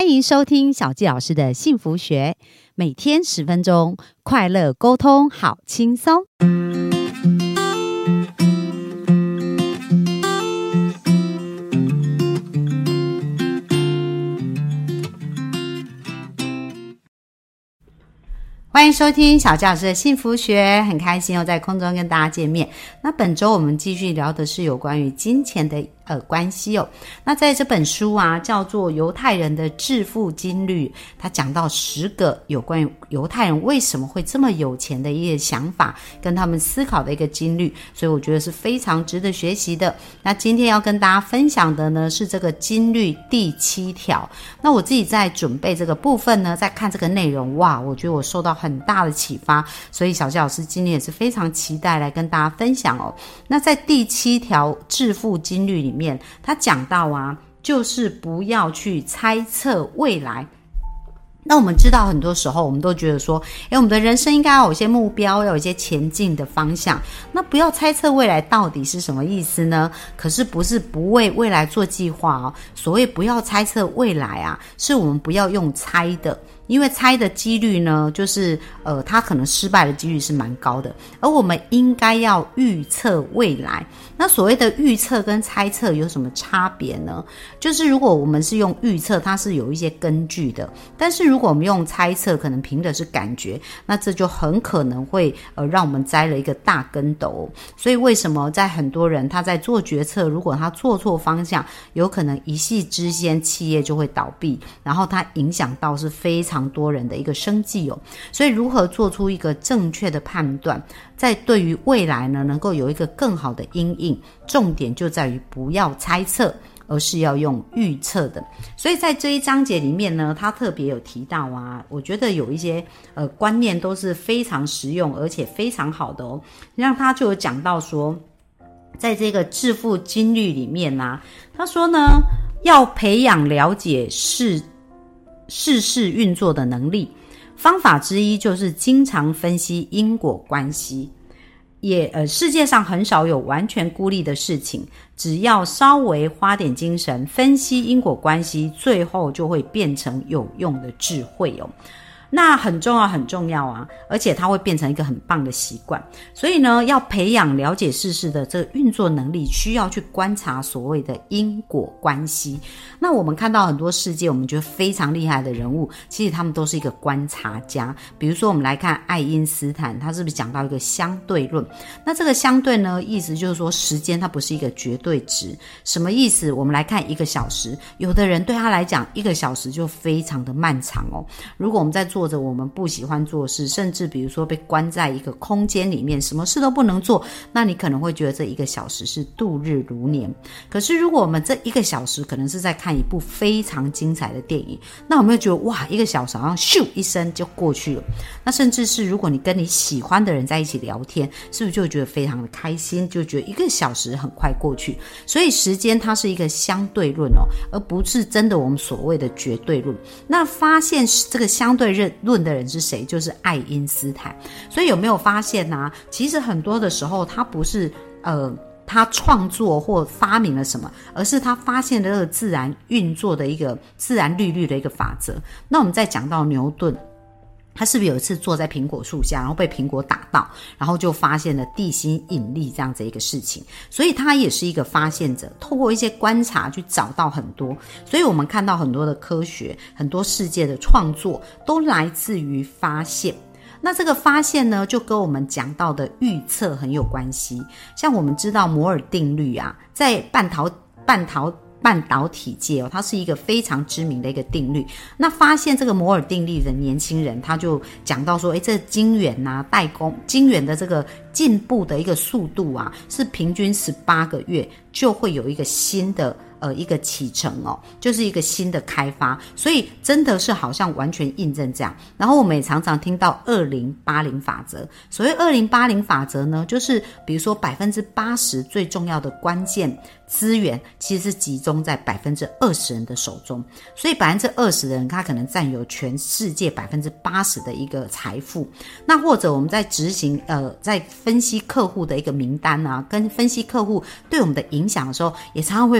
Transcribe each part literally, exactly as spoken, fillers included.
欢迎收听小纪老师的幸福学，每天十分钟，快乐沟通好轻松。欢迎收听小纪老师的幸福学，很开心又在空中跟大家见面。那本周我们继续聊的是有关于金钱的呃关系哦。那在这本书啊，叫做《犹太人的致富金律》，他讲到十个有关于犹太人为什么会这么有钱的一些想法，跟他们思考的一个金律，所以我觉得是非常值得学习的。那今天要跟大家分享的呢，是这个金律第七条。那我自己在准备这个部分呢，在看这个内容，哇，我觉得我受到很大的启发，所以小纪老师今天也是非常期待来跟大家分享哦。那在第七条致富金律里面，他讲到啊，就是不要去猜测未来。那我们知道很多时候我们都觉得说，诶，我们的人生应该要有一些目标，要有一些前进的方向，那不要猜测未来到底是什么意思呢？可是不是不为未来做计划哦，所谓不要猜测未来啊，是我们不要用猜的，因为猜的几率呢，就是呃，它可能失败的几率是蛮高的，而我们应该要预测未来。那所谓的预测跟猜测有什么差别呢？就是如果我们是用预测，它是有一些根据的，但是如果我们用猜测，可能凭的是感觉，那这就很可能会呃让我们栽了一个大跟斗哦。所以为什么在很多人他在做决策，如果他做错方向，有可能一夕之间企业就会倒闭，然后它影响到是非常多人的一个生计哦。所以如何做出一个正确的判断，在对于未来呢能够有一个更好的因应，重点就在于不要猜测，而是要用预测的。所以在这一章节里面呢，他特别有提到啊，我觉得有一些呃观念都是非常实用而且非常好的哦。让他就有讲到说，在这个致富金律里面啊，他说呢，要培养了解世世事运作的能力，方法之一就是经常分析因果关系。也呃，世界上很少有完全孤立的事情，只要稍微花点精神分析因果关系，最后就会变成有用的智慧哦。那很重要很重要啊，而且它会变成一个很棒的习惯。所以呢，要培养了解世事的这个运作能力，需要去观察所谓的因果关系。那我们看到很多世界我们觉得非常厉害的人物，其实他们都是一个观察家。比如说我们来看爱因斯坦，他是不是讲到一个相对论？那这个相对呢，意思就是说时间它不是一个绝对值。什么意思？我们来看一个小时，有的人对他来讲一个小时就非常的漫长哦。如果我们在做做着我们不喜欢做事，甚至比如说被关在一个空间里面，什么事都不能做，那你可能会觉得这一个小时是度日如年。可是如果我们这一个小时可能是在看一部非常精彩的电影，那我们会觉得哇，一个小时好像咻一声就过去了。那甚至是如果你跟你喜欢的人在一起聊天，是不是就会觉得非常的开心，就觉得一个小时很快过去。所以时间它是一个相对论哦，而不是真的我们所谓的绝对论。那发现这个相对论的人是谁？就是爱因斯坦。所以有没有发现啊，其实很多的时候他不是呃他创作或发明了什么，而是他发现了这个自然运作的一个自然律律的一个法则。那我们再讲到牛顿，他是不是有一次坐在苹果树下，然后被苹果打到，然后就发现了地心引力这样子一个事情？所以他也是一个发现者，透过一些观察去找到很多。所以我们看到很多的科学，很多世界的创作都来自于发现。那这个发现呢，就跟我们讲到的预测很有关系。像我们知道摩尔定律啊，在半导半导半导体界哦，它是一个非常知名的一个定律。那发现这个摩尔定律的年轻人，他就讲到说，诶，这晶圆啊，代工晶圆的这个进步的一个速度啊，是平均十八个月就会有一个新的呃一个启程哦，就是一个新的开发。所以真的是好像完全印证这样。然后我们也常常听到二零八零法则。所谓二零八零法则呢，就是比如说百分之八十最重要的关键资源其实是集中在百分之二十人的手中，所以百分之二十的人他可能占有全世界百分之八十的一个财富。那或者我们在执行呃在分析客户的一个名单啊，跟分析客户对我们的影响的时候，也常常会发现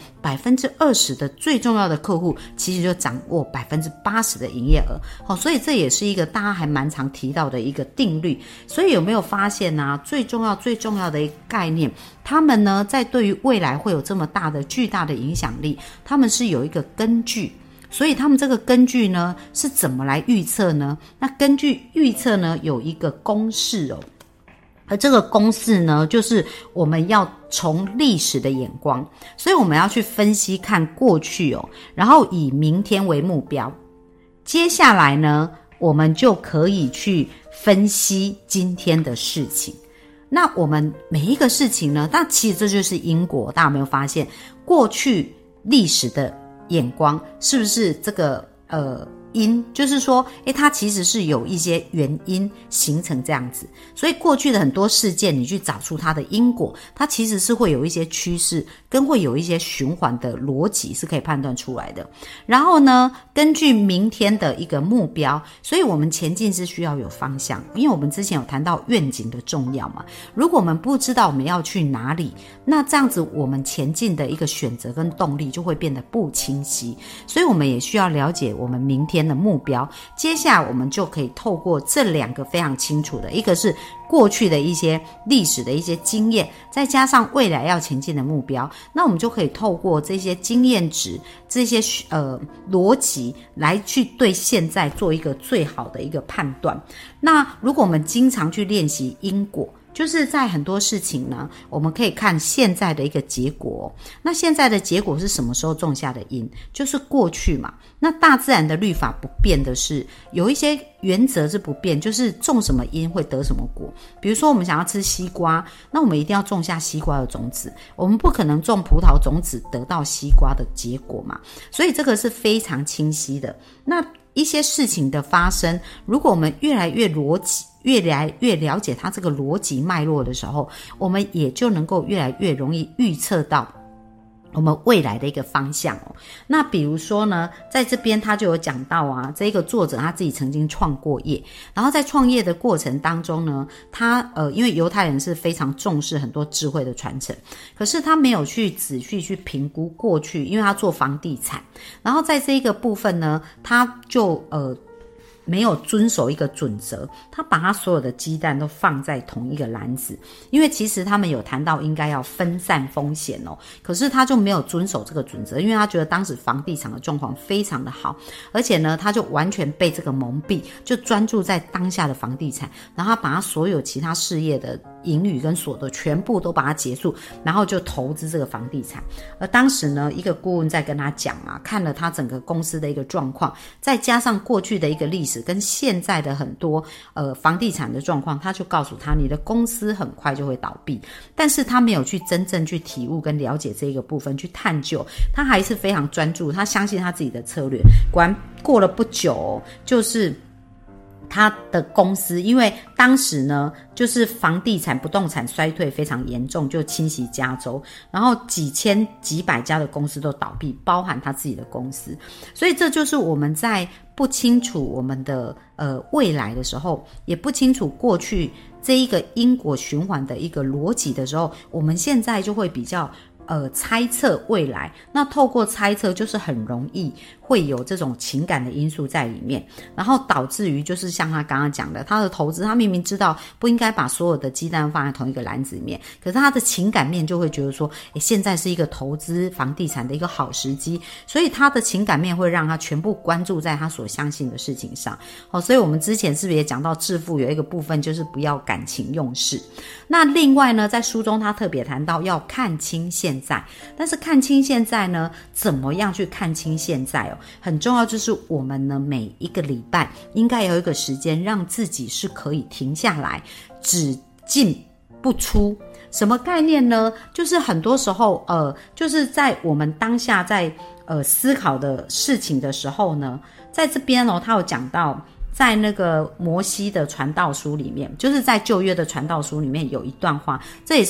百分之二十的最重要的客户，其实就掌握百分之八十的营业额。好，所以这也是一个大家还蛮常提到的一个定律。所以有没有发现呢、啊？最重要最重要的一个概念，他们呢在对于未来会有这么大的巨大的影响力，他们是有一个根据。所以他们这个根据呢是怎么来预测呢？那根据预测呢有一个公式哦，而这个公式呢就是我们要从历史的眼光，所以我们要去分析看过去哦，然后以明天为目标，接下来呢我们就可以去分析今天的事情。那我们每一个事情呢，但其实这就是因果，大家有没有发现过去历史的眼光是不是这个呃因，就是说诶它其实是有一些原因形成这样子，所以过去的很多事件你去找出它的因果，它其实是会有一些趋势跟会有一些循环的逻辑是可以判断出来的。然后呢根据明天的一个目标，所以我们前进是需要有方向，因为我们之前有谈到愿景的重要嘛，如果我们不知道我们要去哪里，那这样子我们前进的一个选择跟动力就会变得不清晰，所以我们也需要了解我们明天的目标。接下来我们就可以透过这两个非常清楚的，一个是过去的一些历史的一些经验，再加上未来要前进的目标，那我们就可以透过这些经验值这些呃逻辑来去对现在做一个最好的一个判断。那如果我们经常去练习因果，就是在很多事情呢我们可以看现在的一个结果，那现在的结果是什么时候种下的因，就是过去嘛。那大自然的律法不变的是有一些原则是不变，就是种什么因会得什么果。比如说我们想要吃西瓜，那我们一定要种下西瓜的种子，我们不可能种葡萄种子得到西瓜的结果嘛，所以这个是非常清晰的。那一些事情的发生，如果我们越来越逻辑越来越了解它这个逻辑脉络的时候，我们也就能够越来越容易预测到我们未来的一个方向哦。那比如说呢，在这边他就有讲到啊，这个作者他自己曾经创过业，然后在创业的过程当中呢，他呃，因为犹太人是非常重视很多智慧的传承，可是他没有去仔细去评估过去，因为他做房地产，然后在这一个部分呢，他就呃没有遵守一个准则，他把他所有的鸡蛋都放在同一个篮子，因为其实他们有谈到应该要分散风险哦，可是他就没有遵守这个准则，因为他觉得当时房地产的状况非常的好，而且呢他就完全被这个蒙蔽，就专注在当下的房地产，然后他把他所有其他事业的盈余跟所得全部都把它结束，然后就投资这个房地产。而当时呢一个顾问在跟他讲啊，看了他整个公司的一个状况，再加上过去的一个历史跟现在的很多呃房地产的状况，他就告诉他你的公司很快就会倒闭，但是他没有去真正去体悟跟了解这个部分去探究，他还是非常专注，他相信他自己的策略。果然过了不久哦，就是他的公司因为当时呢就是房地产不动产衰退非常严重，就侵袭加州，然后几千几百家的公司都倒闭，包含他自己的公司。所以这就是我们在不清楚我们的呃未来的时候，也不清楚过去这一个因果循环的一个逻辑的时候，我们现在就会比较呃猜测未来，那透过猜测就是很容易会有这种情感的因素在里面，然后导致于就是像他刚刚讲的，他的投资他明明知道不应该把所有的鸡蛋放在同一个篮子里面，可是他的情感面就会觉得说诶现在是一个投资房地产的一个好时机，所以他的情感面会让他全部关注在他所相信的事情上。好，所以我们之前是不是也讲到致富有一个部分就是不要感情用事。那另外呢，在书中他特别谈到要看清现在，但是看清现在呢，怎么样去看清现在哦？很重要就是我们呢每一个礼拜应该有一个时间让自己是可以停下来，只进不出。什么概念呢？就是很多时候呃，就是在我们当下在呃思考的事情的时候呢，在这边哦，他有讲到在那个摩西的传道书里面，就是在旧约的传道书里面有一段话，这也是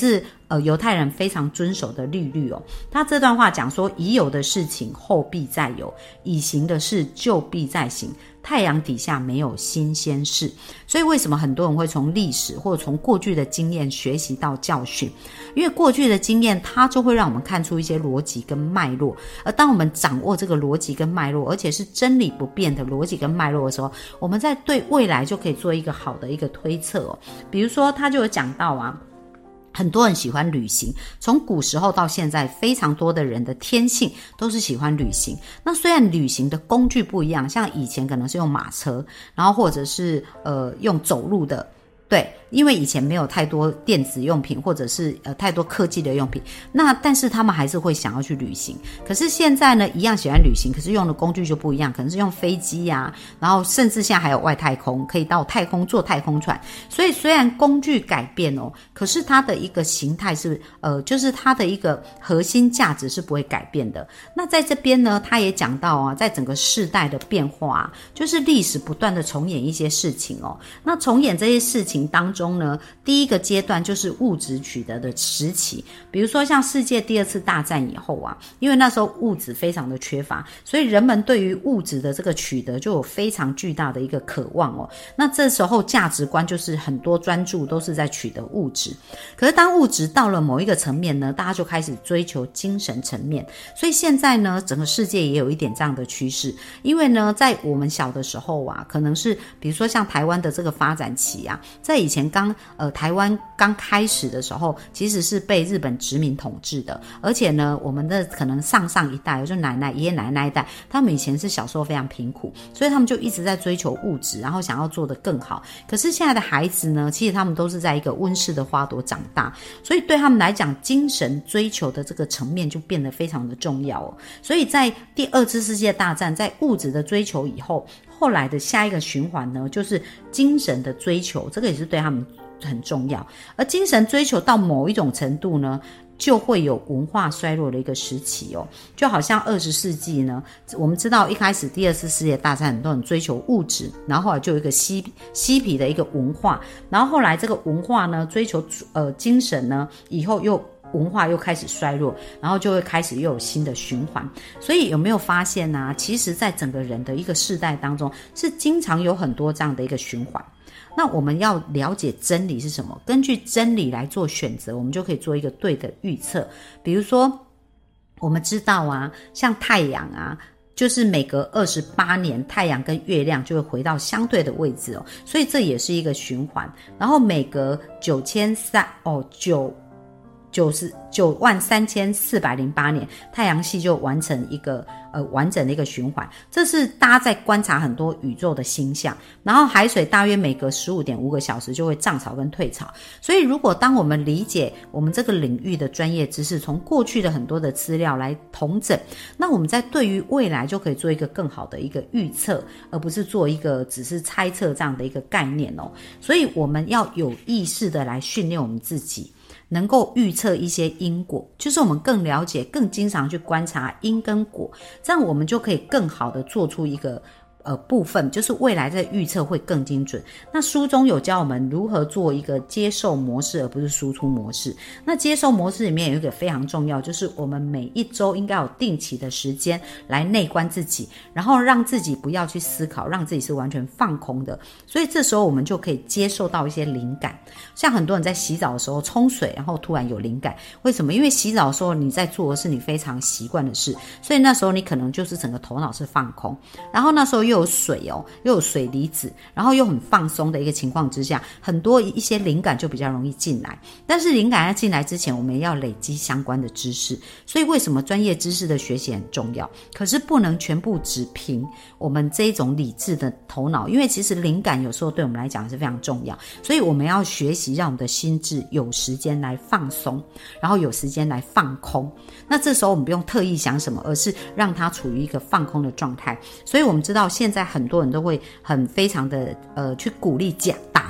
呃犹太人非常遵守的律律哦。他这段话讲说，已有的事情后必再有，已行的事就必再行，太阳底下没有新鲜事。所以为什么很多人会从历史或者从过去的经验学习到教训？因为过去的经验它就会让我们看出一些逻辑跟脉络，而当我们掌握这个逻辑跟脉络，而且是真理不变的逻辑跟脉络的时候，我们在对未来就可以做一个好的一个推测哦。比如说他就有讲到啊，很多人喜欢旅行，从古时候到现在，非常多的人的天性都是喜欢旅行。那虽然旅行的工具不一样，像以前可能是用马车，然后或者是呃用走路的，对，因为以前没有太多电子用品或者是呃太多科技的用品，那但是他们还是会想要去旅行。可是现在呢，一样喜欢旅行，可是用的工具就不一样，可能是用飞机啊，然后甚至现在还有外太空，可以到太空坐太空船。所以虽然工具改变哦，可是它的一个形态是呃，就是它的一个核心价值是不会改变的。那在这边呢，他也讲到啊，在整个世代的变化啊，就是历史不断的重演一些事情哦。那重演这些事情当中呢，第一个阶段就是物质取得的时期，比如说像世界第二次大战以后啊，因为那时候物质非常的缺乏，所以人们对于物质的这个取得就有非常巨大的一个渴望哦。那这时候价值观就是很多专注都是在取得物质，可是当物质到了某一个层面呢，大家就开始追求精神层面。所以现在呢，整个世界也有一点这样的趋势，因为呢，在我们小的时候啊，可能是比如说像台湾的这个发展期啊，在以前刚呃台湾刚开始的时候，其实是被日本殖民统治的，而且呢，我们的可能上上一代，就奶奶、爷爷奶奶那一代，他们以前是小时候非常贫苦，所以他们就一直在追求物质，然后想要做得更好。可是现在的孩子呢，其实他们都是在一个温室的花朵长大，所以对他们来讲，精神追求的这个层面就变得非常的重要哦。所以在第二次世界大战，在物质的追求以后，后来的下一个循环呢，就是精神的追求，这个也是对他们很重要。而精神追求到某一种程度呢，就会有文化衰落的一个时期哦。就好像二十世纪呢，我们知道一开始第二次世界大战很多人追求物质，然后后来就有一个嬉嬉皮的一个文化，然后后来这个文化呢追求呃精神呢，以后又文化又开始衰落，然后就会开始又有新的循环。所以有没有发现啊，其实在整个人的一个世代当中，是经常有很多这样的一个循环。那我们要了解真理是什么，根据真理来做选择，我们就可以做一个对的预测。比如说我们知道啊，像太阳啊，就是每隔二十八年太阳跟月亮就会回到相对的位置哦，所以这也是一个循环。然后每隔九千三哦九九十九万三千四百零八年，太阳系就完成一个呃完整的一个循环。这是大家在观察很多宇宙的星象。然后海水大约每隔 十五点五个小时就会涨潮跟退潮。所以如果当我们理解我们这个领域的专业知识，从过去的很多的资料来统整，那我们在对于未来就可以做一个更好的一个预测，而不是做一个只是猜测这样的一个概念哦。所以我们要有意识的来训练我们自己，能够预测一些因果，就是我们更了解更经常去观察因跟果，这样我们就可以更好的做出一个呃部分，就是未来的预测会更精准。那书中有教我们如何做一个接受模式，而不是输出模式。那接受模式里面有一个非常重要，就是我们每一周应该有定期的时间来内观自己，然后让自己不要去思考，让自己是完全放空的。所以这时候我们就可以接受到一些灵感。像很多人在洗澡的时候冲水，然后突然有灵感，为什么？因为洗澡的时候你在做的是你非常习惯的事，所以那时候你可能就是整个头脑是放空，然后那时候又有水哦，又有水离子，然后又很放松的一个情况之下，很多一些灵感就比较容易进来。但是灵感要进来之前，我们要累积相关的知识，所以为什么专业知识的学习很重要？可是不能全部只凭我们这一种理智的头脑，因为其实灵感有时候对我们来讲是非常重要，所以我们要学习让我们的心智有时间来放松，然后有时间来放空。那这时候我们不用特意想什么，而是让它处于一个放空的状态。所以我们知道现在很多人都会很非常的呃去鼓励讲打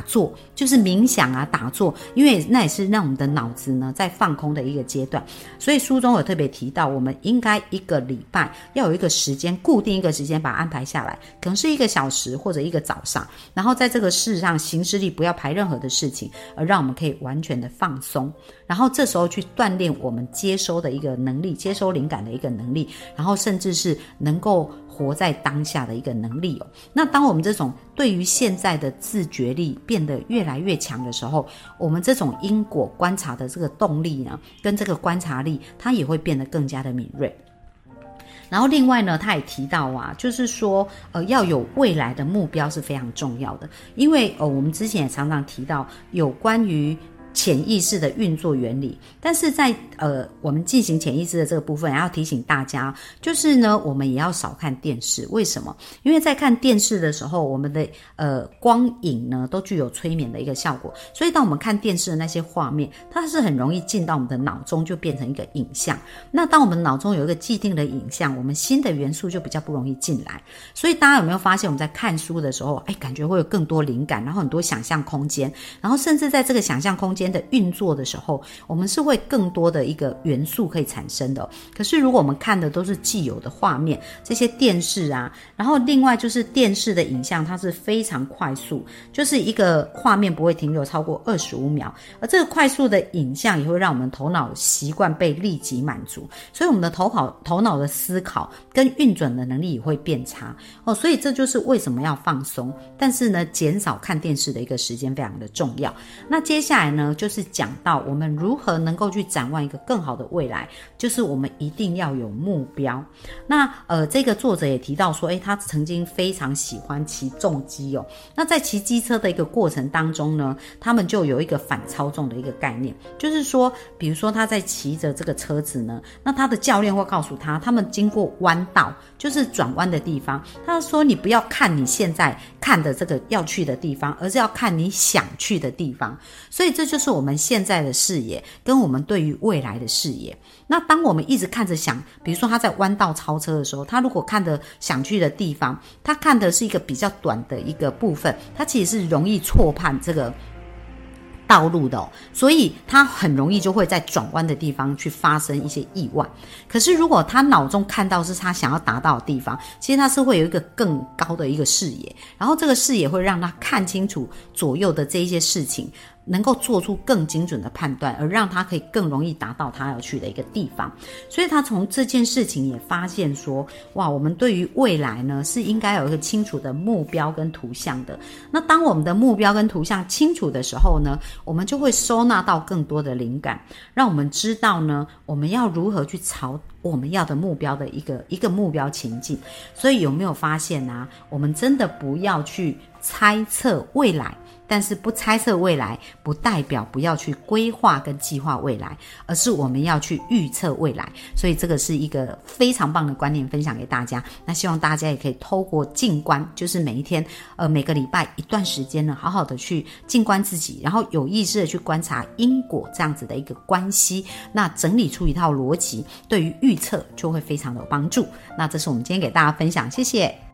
打坐，就是冥想啊打坐，因为那也是让我们的脑子呢在放空的一个阶段。所以书中有特别提到，我们应该一个礼拜要有一个时间，固定一个时间把它安排下来，可能是一个小时或者一个早上，然后在这个事上行事历不要排任何的事情，而让我们可以完全的放松，然后这时候去锻炼我们接收的一个能力，接收灵感的一个能力，然后甚至是能够活在当下的一个能力哦。那当我们这种对于现在的自觉力变得越来越强的时候，我们这种因果观察的这个动力呢，跟这个观察力，它也会变得更加的敏锐。然后另外呢，他也提到啊，就是说呃要有未来的目标是非常重要的，因为呃我们之前也常常提到有关于潜意识的运作原理，但是在呃我们进行潜意识的这个部分，也要提醒大家，就是呢我们也要少看电视。为什么？因为在看电视的时候，我们的呃光影呢都具有催眠的一个效果，所以当我们看电视的那些画面，它是很容易进到我们的脑中，就变成一个影像。那当我们脑中有一个既定的影像，我们新的元素就比较不容易进来。所以大家有没有发现，我们在看书的时候，哎，感觉会有更多灵感，然后很多想象空间，然后甚至在这个想象空间的运作的时候，我们是会更多的一个元素可以产生的。可是如果我们看的都是既有的画面，这些电视啊，然后另外就是电视的影像，它是非常快速，就是一个画面不会停留超过二十五秒，而这个快速的影像也会让我们头脑习惯被立即满足，所以我们的头脑头脑的思考跟运转的能力也会变差哦。所以这就是为什么要放松，但是呢减少看电视的一个时间非常的重要。那接下来呢就是讲到我们如何能够去展望一个更好的未来，就是我们一定要有目标。那呃，这个作者也提到说，诶，他曾经非常喜欢骑重机哦。那在骑机车的一个过程当中呢，他们就有一个反操纵的一个概念，就是说，比如说他在骑着这个车子呢，那他的教练会告诉他，他们经过弯道，就是转弯的地方，他说你不要看你现在看的这个要去的地方，而是要看你想去的地方。所以这就是我们现在的视野跟我们对于未来的视野。那当我们一直看着想，比如说他在弯道超车的时候，他如果看的想去的地方，他看的是一个比较短的一个部分，他其实是容易错判这个道路的哦，所以他很容易就会在转弯的地方去发生一些意外。可是如果他脑中看到是他想要达到的地方，其实他是会有一个更高的一个视野，然后这个视野会让他看清楚左右的这一些事情，能够做出更精准的判断，而让他可以更容易达到他要去的一个地方。所以他从这件事情也发现说，哇，我们对于未来呢是应该有一个清楚的目标跟图像的。那当我们的目标跟图像清楚的时候呢，我们就会收纳到更多的灵感，让我们知道呢我们要如何去朝我们要的目标的一个一个目标前进。所以有没有发现啊，我们真的不要去猜测未来，但是不猜测未来不代表不要去规划跟计划未来，而是我们要去预测未来。所以这个是一个非常棒的观念分享给大家。那希望大家也可以透过静观，就是每一天呃每个礼拜一段时间呢，好好的去静观自己，然后有意识的去观察因果这样子的一个关系，那整理出一套逻辑，对于预测就会非常的有帮助。那这是我们今天给大家分享，谢谢。